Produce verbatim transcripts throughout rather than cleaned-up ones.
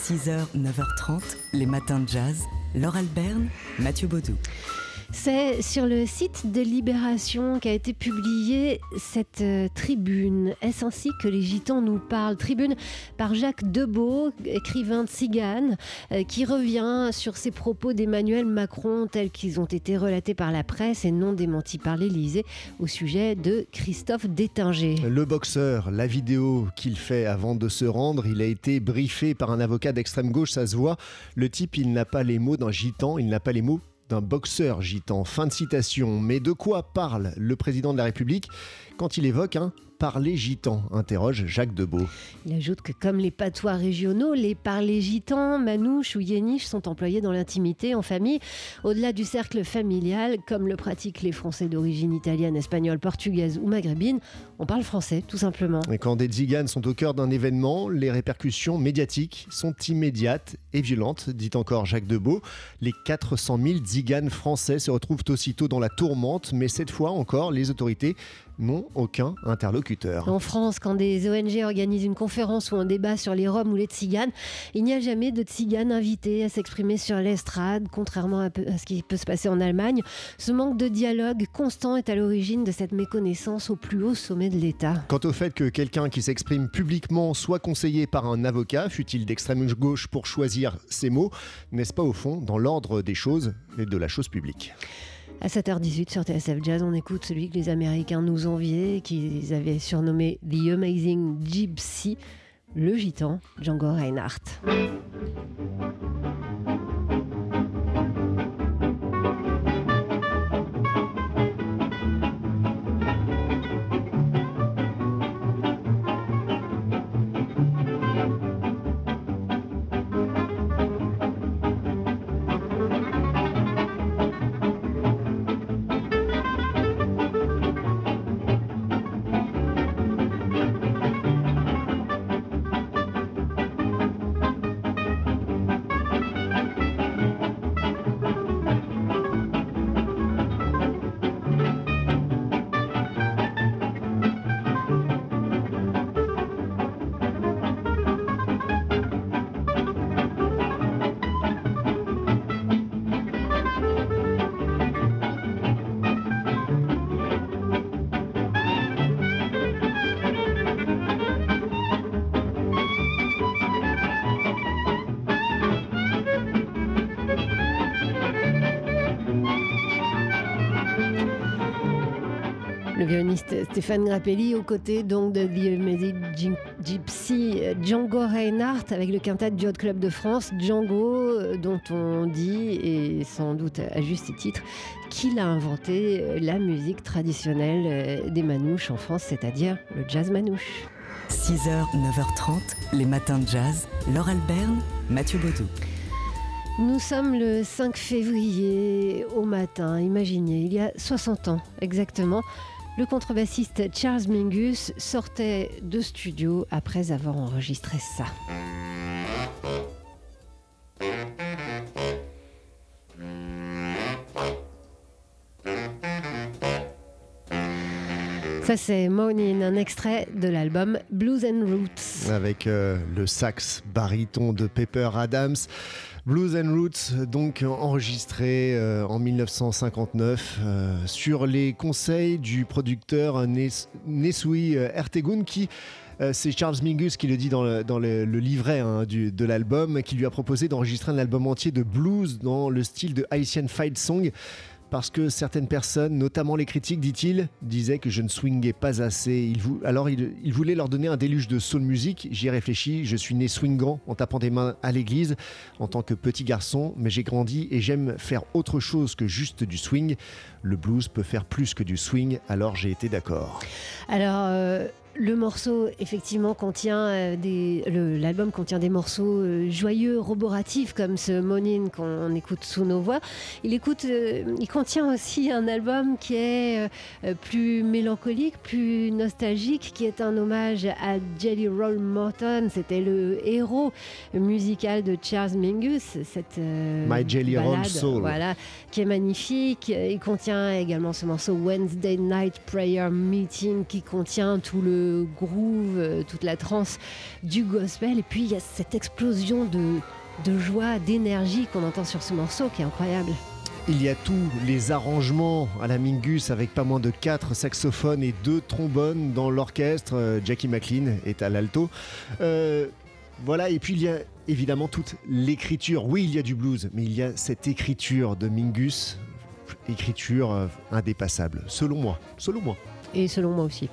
six heures, neuf heures trente, les matins de jazz. Laure Alberne, Mathieu Baudou. C'est sur le site de Libération qu'a été publiée cette euh, tribune. Est-ce ainsi que les Gitans nous parlent? Tribune par Jacques Debeau, écrivain tzigane, euh, qui revient sur ces propos d'Emmanuel Macron tels qu'ils ont été relatés par la presse et non démentis par l'Élysée au sujet de Christophe Détinger. Le boxeur, la vidéo qu'il fait avant de se rendre, il a été briefé par un avocat d'extrême gauche, ça se voit. Le type, il n'a pas les mots d'un gitan, il n'a pas les mots d'un boxeur gitan. Fin de citation. Mais de quoi parle le président de la République quand il évoque un parler gitan, interroge Jacques Debeau. Il ajoute que comme les patois régionaux, les parlers gitans, manouches ou yéniches sont employés dans l'intimité, en famille, au-delà du cercle familial, comme le pratiquent les Français d'origine italienne, espagnole, portugaise ou maghrébine. On parle français, tout simplement. Et quand des tziganes sont au cœur d'un événement, les répercussions médiatiques sont immédiates et violentes, dit encore Jacques Debeau. Les quatre cent mille tziganes français se retrouvent aussitôt dans la tourmente, mais cette fois encore, les autorités n'ont aucun interlocuteur. En France, quand des O N G organisent une conférence ou un débat sur les Roms ou les Tziganes, il n'y a jamais de Tziganes invités à s'exprimer sur l'estrade, contrairement à ce qui peut se passer en Allemagne. Ce manque de dialogue constant est à l'origine de cette méconnaissance au plus haut sommet de l'État. Quant au fait que quelqu'un qui s'exprime publiquement soit conseillé par un avocat, fût-il d'extrême gauche pour choisir ses mots, n'est-ce pas au fond dans l'ordre des choses et de la chose publique ? À sept heures dix-huit sur T S F Jazz, on écoute celui que les Américains nous enviaient, qu'ils avaient surnommé The Amazing Gypsy, le gitan Django Reinhardt. Le violoniste Stéphane Grappelli aux côtés donc de The Amazing Gypsy, Django Reinhardt avec le quintet du Hot Club de France. Django, dont on dit, et sans doute à juste titre, qu'il a inventé la musique traditionnelle des manouches en France, c'est-à-dire le jazz manouche. six heures, neuf heures trente, les matins de jazz. Laure Alberne, Mathieu Baudou. Nous sommes le cinq février au matin. Imaginez, il y a soixante ans exactement, le contrebassiste Charles Mingus sortait de studio après avoir enregistré ça. Ça, c'est Morning, un extrait de l'album Blues and Roots. Avec euh, le sax baryton de Pepper Adams. Blues and Roots, donc enregistré euh, en dix-neuf cent cinquante-neuf euh, sur les conseils du producteur Nes- Nesui Ertegun qui... Euh, c'est Charles Mingus qui le dit dans le, dans le, le livret hein, du, de l'album, qui lui a proposé d'enregistrer un album entier de blues dans le style de Haitian Fight Song. Parce que certaines personnes, notamment les critiques, dit-il, disaient que je ne swingais pas assez. Il vou- Alors il, il voulait leur donner un déluge de soul music. J'y ai réfléchi, je suis né swingant en tapant des mains à l'église en tant que petit garçon, mais j'ai grandi et j'aime faire autre chose que juste du swing. Le blues peut faire plus que du swing, alors j'ai été d'accord. Alors... Euh... Le morceau, effectivement, contient euh, des... Le, l'album contient des morceaux euh, joyeux, roboratifs, comme ce Morning qu'on écoute sous nos voix. Il, écoute, euh, il contient aussi un album qui est euh, plus mélancolique, plus nostalgique, qui est un hommage à Jelly Roll Morton. C'était le héros musical de Charles Mingus, cette euh, My Jelly balade, Roll Soul. Voilà, qui est magnifique. Il contient également ce morceau Wednesday Night Prayer Meeting, qui contient tout le le groove, toute la trance du gospel. Et puis il y a cette explosion de, de joie, d'énergie qu'on entend sur ce morceau qui est incroyable. Il y a tous les arrangements à la Mingus avec pas moins de quatre saxophones et deux trombones dans l'orchestre. Jackie McLean est à l'alto. Euh, voilà, et puis il y a évidemment toute l'écriture. Oui, il y a du blues, mais il y a cette écriture de Mingus, écriture euh, indépassable, selon moi. Selon moi. Et selon moi aussi.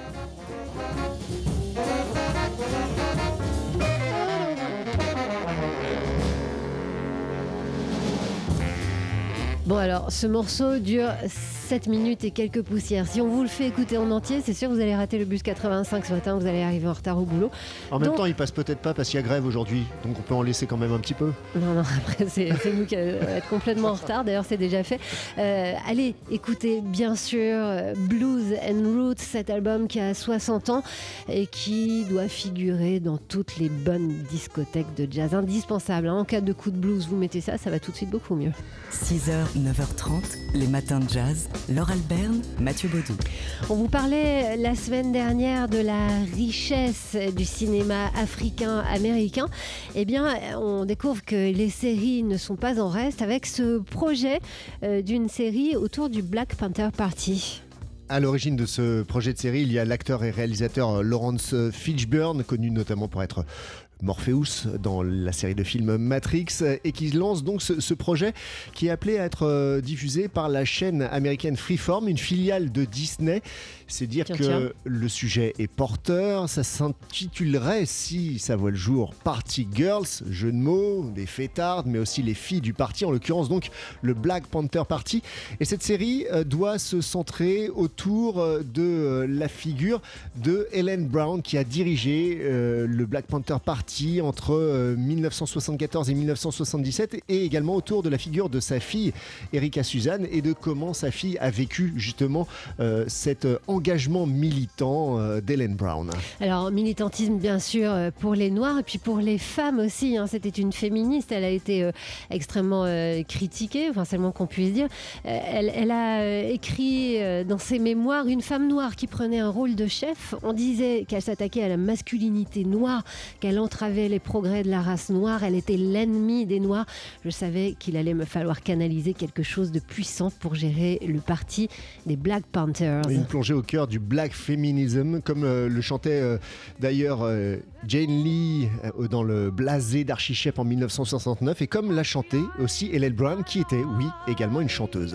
Bon alors, ce morceau dure sept minutes et quelques poussières. Si on vous le fait écouter en entier, c'est sûr que vous allez rater le bus quatre-vingt-cinq ce matin, vous allez arriver en retard au boulot. En même donc... temps, il passe peut-être pas parce qu'il y a grève aujourd'hui, donc on peut en laisser quand même un petit peu. Non, non, après c'est, c'est nous qui allons être complètement en retard, d'ailleurs c'est déjà fait. Euh, allez, écoutez bien sûr Blues and Roots, cet album qui a soixante ans et qui doit figurer dans toutes les bonnes discothèques de jazz. Indispensable, hein. En cas de coup de blues, vous mettez ça, ça va tout de suite beaucoup mieux. six heures, neuf heures trente, les matins de jazz. Laure Alberne, Mathieu Baudou. On vous parlait la semaine dernière de la richesse du cinéma africain-américain. Eh bien, on découvre que les séries ne sont pas en reste avec ce projet euh, d'une série autour du Black Panther Party. À l'origine de ce projet de série, il y a l'acteur et réalisateur Lawrence Fishburne, connu notamment pour être Morpheus dans la série de films Matrix, et qui lance donc ce, ce projet qui est appelé à être euh, diffusé par la chaîne américaine Freeform, une filiale de Disney. C'est dire tiens, que tiens. Le sujet est porteur. Ça s'intitulerait, si ça voit le jour, Party Girls, jeu de mots, des fêtardes, mais aussi les filles du parti, en l'occurrence donc le Black Panther Party. Et cette série euh, doit se centrer autour euh, de euh, la figure de Helen Brown, qui a dirigé euh, le Black Panther Party entre euh, dix-neuf cent soixante-quatorze et dix-neuf cent soixante-dix-sept, et également autour de la figure de sa fille Erika Suzanne et de comment sa fille a vécu justement euh, cet engagement militant euh, d'Helen Brown. Alors militantisme bien sûr pour les Noirs et puis pour les femmes aussi, hein. C'était une féministe, elle a été euh, extrêmement euh, critiquée, enfin c'est le moins qu'on puisse dire. Euh, elle, elle a euh, écrit euh, dans ses mémoires une femme noire qui prenait un rôle de chef. On disait qu'elle s'attaquait à la masculinité noire, qu'elle entravait les progrès de la race noire, elle était l'ennemie des Noirs. Je savais qu'il allait me falloir canaliser quelque chose de puissant pour gérer le parti des Black Panthers. Une plongée au cœur du black feminism, comme euh, le chantait euh, d'ailleurs euh, Jane Lee euh, dans le Blasé d'Archie Shepp en dix-neuf cent soixante-neuf, et comme l'a chanté aussi Helen Brown, qui était, oui, également une chanteuse.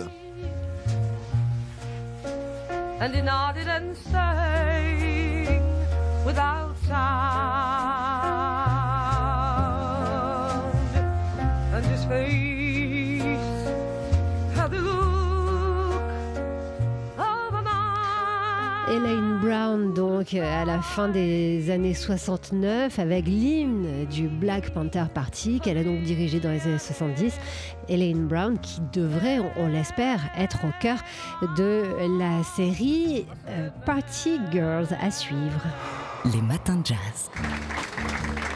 And he nodded and sang without sound. Helen Brown, donc à la fin des années soixante-neuf, avec l'hymne du Black Panther Party qu'elle a donc dirigé dans les années soixante-dix. Helen Brown qui devrait, on l'espère, être au cœur de la série euh, Party Girls à suivre. Les matins de jazz.